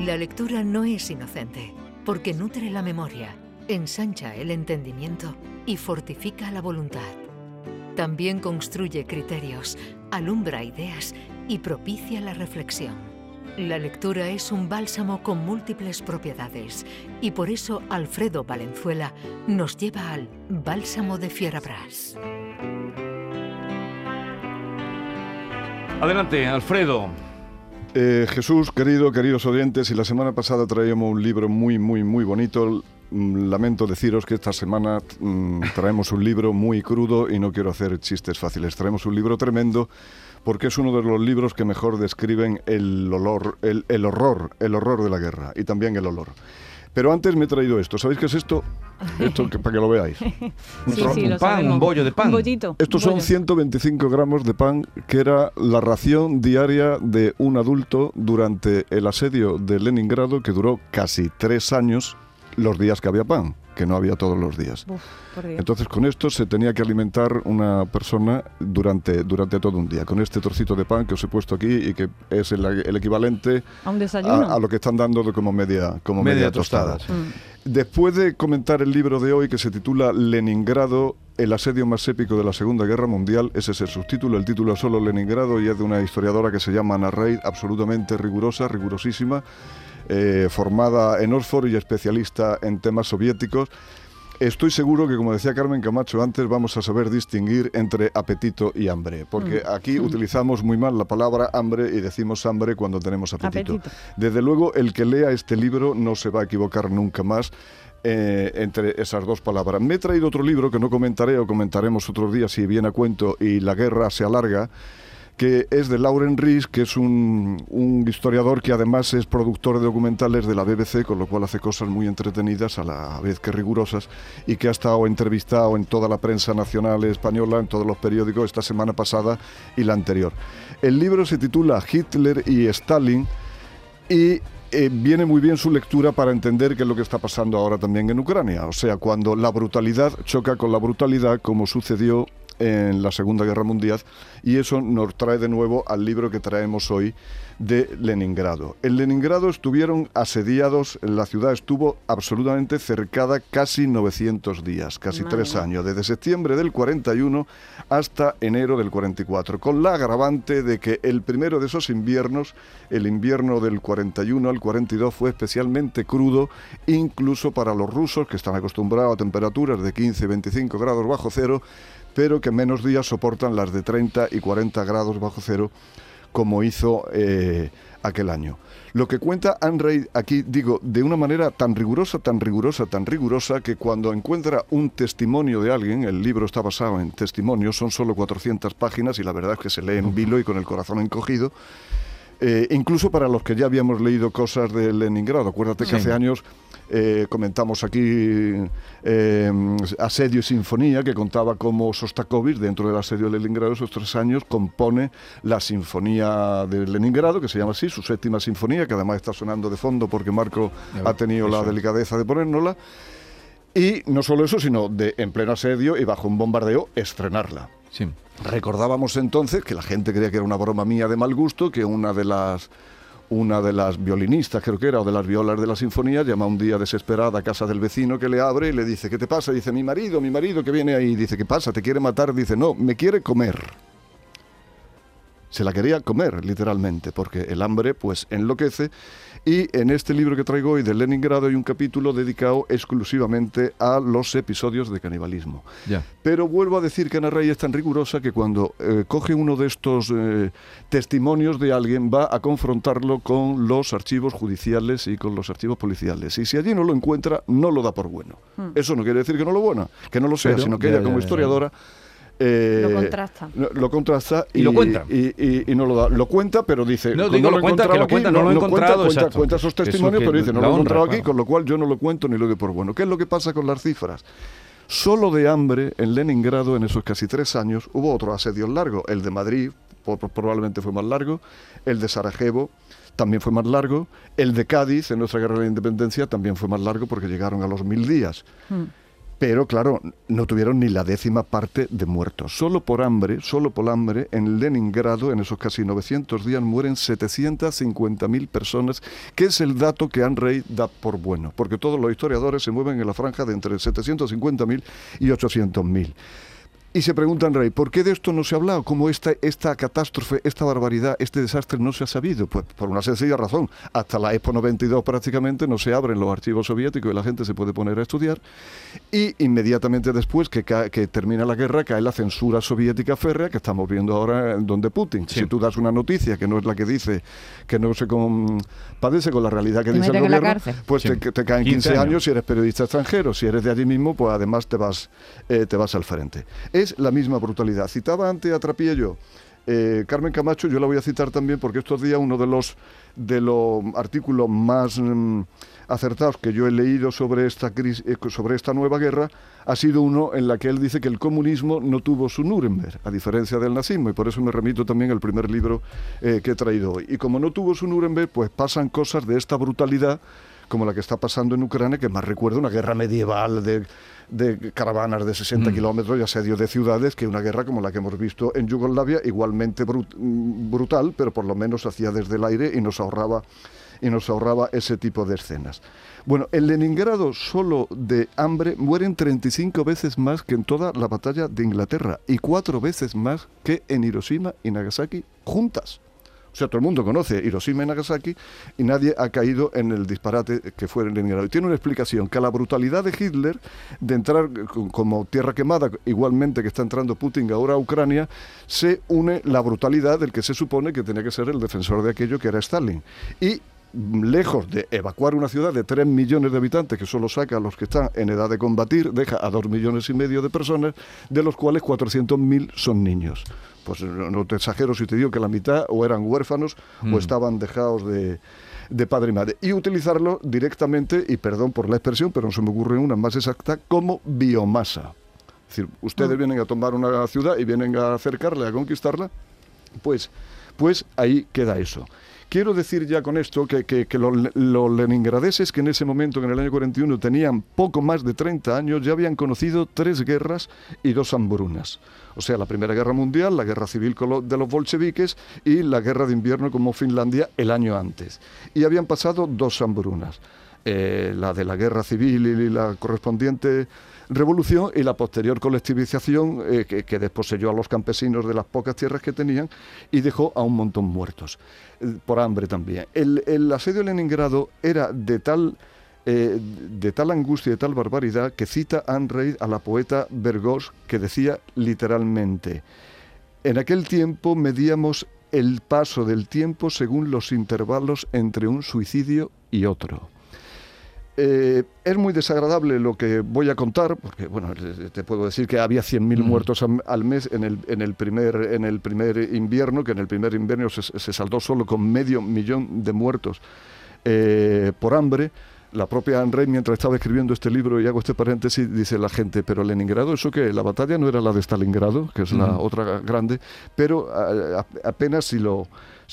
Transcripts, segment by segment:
La lectura no es inocente, porque nutre la memoria, ensancha el entendimiento y fortifica la voluntad. También construye criterios, alumbra ideas y propicia la reflexión. La lectura es un bálsamo con múltiples propiedades y por eso Alfredo Valenzuela nos lleva al Bálsamo de Fierabras. Adelante, Alfredo. Jesús, queridos oyentes, y la semana pasada traíamos un libro muy bonito. Lamento deciros que esta semana traemos un libro muy crudo y no quiero hacer chistes fáciles. Traemos un libro tremendo porque es uno de los libros que mejor describen el horror de la guerra y también el olor. Pero antes me he traído esto. ¿Sabéis qué es esto? Esto para que lo veáis. Un pan, un bollo de pan. Un bollito. Estos son 125 gramos de pan, que era la ración diaria de un adulto durante el asedio de Leningrado, que duró casi 3 años, los días que había pan, que no había todos los días. Uf, por Dios. Entonces con esto se tenía que alimentar una persona durante todo un día, con este trocito de pan que os he puesto aquí y que es el equivalente ¿A un desayuno? a lo que están dando como media tostada. tostadas. Después de comentar el libro de hoy, que se titula Leningrado, el asedio más épico de la Segunda Guerra Mundial, ese es el subtítulo, el título es solo Leningrado y es de una historiadora que se llama Anna Reid, absolutamente rigurosísima, formada en Oxford y especialista en temas soviéticos. Estoy seguro que, como decía Carmen Camacho antes, vamos a saber distinguir entre apetito y hambre, porque aquí utilizamos muy mal la palabra hambre y decimos hambre cuando tenemos apetito. Desde luego, el que lea este libro no se va a equivocar nunca más entre esas dos palabras. Me he traído otro libro que no comentaré o comentaremos otros días si viene a cuento y la guerra se alarga, que es de Lauren Ries, que es un historiador que además es productor de documentales de la BBC, con lo cual hace cosas muy entretenidas a la vez que rigurosas, y que ha estado entrevistado en toda la prensa nacional española, en todos los periódicos, esta semana pasada y la anterior. El libro se titula Hitler y Stalin y viene muy bien su lectura para entender qué es lo que está pasando ahora también en Ucrania, o sea, cuando la brutalidad choca con la brutalidad, como sucedió en la Segunda Guerra Mundial, y eso nos trae de nuevo al libro que traemos hoy de Leningrado. En Leningrado estuvieron asediados, la ciudad estuvo absolutamente cercada casi 900 días, casi 3 años, desde septiembre del 41 hasta enero del 44, con la agravante de que el primero de esos inviernos, el invierno del 41 al 42, fue especialmente crudo, incluso para los rusos, que están acostumbrados a temperaturas de 15 y 25 grados bajo cero, pero que menos días soportan las de 30 y 40 grados bajo cero, como hizo aquel año. Lo que cuenta Anne Reid aquí, digo, de una manera tan rigurosa, que cuando encuentra un testimonio de alguien, el libro está basado en testimonios, son solo 400 páginas y la verdad es que se lee en vilo y con el corazón encogido, incluso para los que ya habíamos leído cosas de Leningrado. Acuérdate que hace años comentamos aquí Asedio y Sinfonía, que contaba cómo Sostakovich, dentro del asedio de Leningrado, esos 3 años, compone la Sinfonía de Leningrado, que se llama así, su 7ª sinfonía, que además está sonando de fondo porque Marco ha tenido la delicadeza de ponérnosla. Y no solo eso, sino en pleno asedio y bajo un bombardeo, estrenarla. Sí. Recordábamos entonces que la gente creía que era una broma mía de mal gusto, que una de las violinistas, creo que era, o de las violas de la sinfonía, llama un día desesperada a casa del vecino, que le abre y le dice: ¿qué te pasa? Dice: mi marido que viene ahí. Dice: ¿qué pasa? ¿Te quiere matar? Dice: no, me quiere comer. Se la quería comer, literalmente, porque el hambre pues enloquece. Y en este libro que traigo hoy de Leningrado hay un capítulo dedicado exclusivamente a los episodios de canibalismo. Pero vuelvo a decir que Anna Reid es tan rigurosa que cuando coge uno de estos testimonios de alguien, va a confrontarlo con los archivos judiciales y con los archivos policiales. Y si allí no lo encuentra, no lo da por bueno. Eso no quiere decir que no lo sea, sino que ella como historiadora lo contrasta y lo cuenta y no lo da, lo cuenta, pero dice no lo cuenta esos testimonios, pero dice: no lo he encontrado aquí, con lo cual yo no lo cuento ni lo doy por bueno. ¿Qué es lo que pasa con las cifras? Solo de hambre en Leningrado, en esos casi 3 años, hubo otros asedios largos. El de Madrid probablemente fue más largo, el de Sarajevo también fue más largo, el de Cádiz en nuestra guerra de la independencia también fue más largo porque llegaron a los 1000 días. Pero claro, no tuvieron ni la 10ª parte de muertos. Solo por hambre, en Leningrado, en esos casi 900 días, mueren 750.000 personas, que es el dato que Ayn Rand da por bueno, porque todos los historiadores se mueven en la franja de entre 750.000 y 800.000. Y se preguntan, Rey, ¿por qué de esto no se ha hablado? ¿Cómo esta catástrofe, esta barbaridad, este desastre no se ha sabido? Pues por una sencilla razón. Hasta la Expo 92 prácticamente no se abren los archivos soviéticos y la gente se puede poner a estudiar. Y inmediatamente después que termina la guerra cae la censura soviética férrea que estamos viendo ahora en donde Putin. Sí. Si tú das una noticia que no es la que dice, que no se padece con la realidad que dice el gobierno, pues sí, te caen 15 años si eres periodista extranjero. Si eres de allí mismo, pues además te vas al frente. Es la misma brutalidad. Citaba antes a Trapiello, Carmen Camacho, yo la voy a citar también porque estos días uno de los artículos más acertados que yo he leído sobre esta nueva guerra ha sido uno en la que él dice que el comunismo no tuvo su Nuremberg, a diferencia del nazismo, y por eso me remito también al primer libro que he traído hoy. Y como no tuvo su Nuremberg, pues pasan cosas de esta brutalidad como la que está pasando en Ucrania, que más recuerda una guerra medieval de caravanas de 60 kilómetros y asedios de ciudades, que una guerra como la que hemos visto en Yugoslavia, igualmente brutal, pero por lo menos hacía desde el aire y nos ahorraba ese tipo de escenas. Bueno, en Leningrado solo de hambre mueren 35 veces más que en toda la batalla de Inglaterra y 4 veces más que en Hiroshima y Nagasaki juntas. O sea, todo el mundo conoce Hiroshima y Nagasaki y nadie ha caído en el disparate que fue en Leningrado. Y tiene una explicación, que a la brutalidad de Hitler de entrar como tierra quemada, igualmente que está entrando Putin ahora a Ucrania, se une la brutalidad del que se supone que tenía que ser el defensor de aquello, que era Stalin. Y lejos de evacuar una ciudad de 3 millones de habitantes, que solo saca a los que están en edad de combatir, deja a 2,5 millones de personas, de los cuales 400.000 son niños. Pues no te exagero si te digo que la mitad o eran huérfanos o estaban dejados de padre y madre. Y utilizarlo directamente, y perdón por la expresión, pero no se me ocurre una más exacta, como biomasa. Es decir, ustedes vienen a tomar una ciudad y vienen a acercarla, a conquistarla, pues ahí queda eso. Quiero decir ya con esto que los leningradeses, que en ese momento, en el año 41, tenían poco más de 30 años, ya habían conocido 3 guerras y 2 hambrunas. O sea, la Primera Guerra Mundial, la Guerra Civil de los bolcheviques y la Guerra de Invierno como Finlandia el año antes. Y habían pasado 2 hambrunas. La de la Guerra Civil y la correspondiente revolución y la posterior colectivización que desposeyó a los campesinos de las pocas tierras que tenían y dejó a un montón muertos, por hambre también. El asedio de Leningrado era de tal angustia y de tal barbaridad que cita Ayn Rand a la poeta Vergós, que decía literalmente: en aquel tiempo medíamos el paso del tiempo según los intervalos entre un suicidio y otro. Es muy desagradable lo que voy a contar, porque bueno, te puedo decir que había 100.000 muertos al mes en el primer invierno, que en el primer invierno se saldó solo con 500.000 de muertos por hambre. La propia Ayn Rand, mientras estaba escribiendo este libro, y hago este paréntesis, dice la gente, pero Leningrado, ¿eso qué? La batalla no era la de Stalingrado, que es la otra grande, pero apenas si lo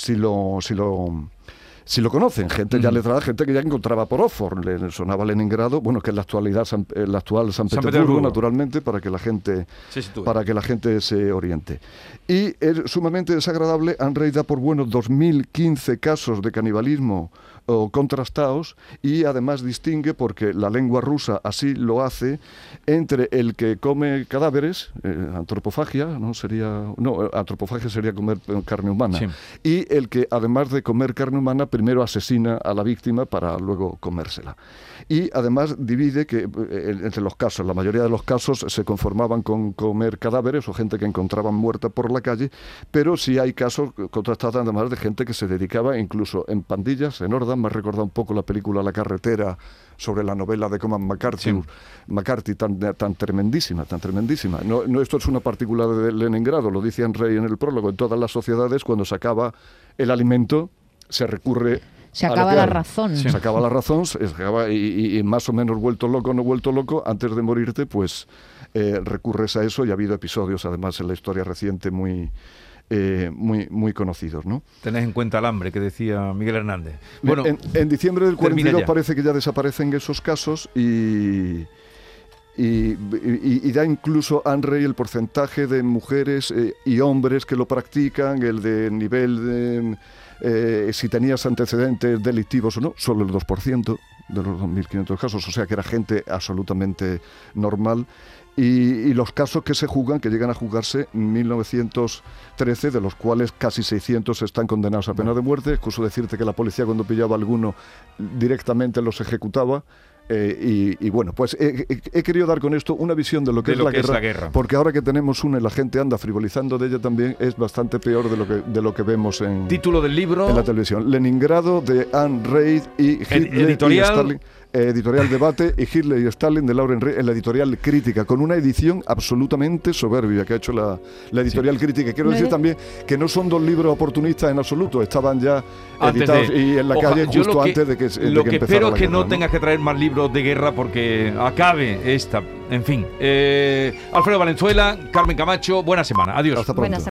conocen, gente ya letrada, gente que ya encontraba por Oxford, le sonaba Leningrado, bueno, que es la actual San Petersburgo, naturalmente, para que la gente se oriente. Y es sumamente desagradable. Ayn Rand da por bueno 2015 casos de canibalismo contrastados, y además distingue, porque la lengua rusa así lo hace, entre el que come cadáveres, antropofagia, antropofagia sería comer carne humana, sí, y el que además de comer carne humana primero asesina a la víctima para luego comérsela. Y además divide que entre los casos, la mayoría de los casos se conformaban con comer cadáveres o gente que encontraban muerta por la calle, pero sí hay casos contrastados además de gente que se dedicaba incluso en pandillas, en hordas. Me ha recordado un poco la película La carretera, sobre la novela de Cormac McCarthy, tan tremendísima. No, esto es una particular de Leningrado, lo dice Ayn Rand en el prólogo. En todas las sociedades, cuando se acaba el alimento, se recurre... Se acaba la razón. Se acaba la razón, y más o menos vuelto loco o no vuelto loco, antes de morirte, pues recurres a eso, y ha habido episodios, además, en la historia reciente muy conocidos, ¿no? Tenés en cuenta el hambre que decía Miguel Hernández. Bueno, en diciembre del 42 parece que ya desaparecen esos casos, y y da incluso Ayn Rand el porcentaje de mujeres y hombres que lo practican, el de nivel de si tenías antecedentes delictivos o no, solo el 2% de los 2.500 casos, o sea que era gente absolutamente normal. Y los casos que se juzgan, que llegan a juzgarse 1.913, de los cuales casi 600 están condenados a pena de muerte. Excuso decirte que la policía, cuando pillaba a alguno, directamente los ejecutaba. Y bueno, pues he querido dar con esto una visión de lo que, es la guerra, porque ahora que tenemos una y la gente anda frivolizando de ella también, es bastante peor de lo que vemos en... Título del libro... En la televisión. Leningrado, de Ayn Rand y Hitler y Stalin. Editorial Debate, y Hitler y Stalin, de Lauren Rey, en la editorial Crítica, con una edición absolutamente soberbia que ha hecho la editorial Crítica. Quiero decir también que no son dos libros oportunistas en absoluto, estaban ya editados y en la calle justo antes de que empezara la guerra. Lo que espero es que no tengas que traer más libros de guerra porque acabe esta. En fin, Alfredo Valenzuela, Carmen Camacho, buena semana. Adiós. Hasta pronto.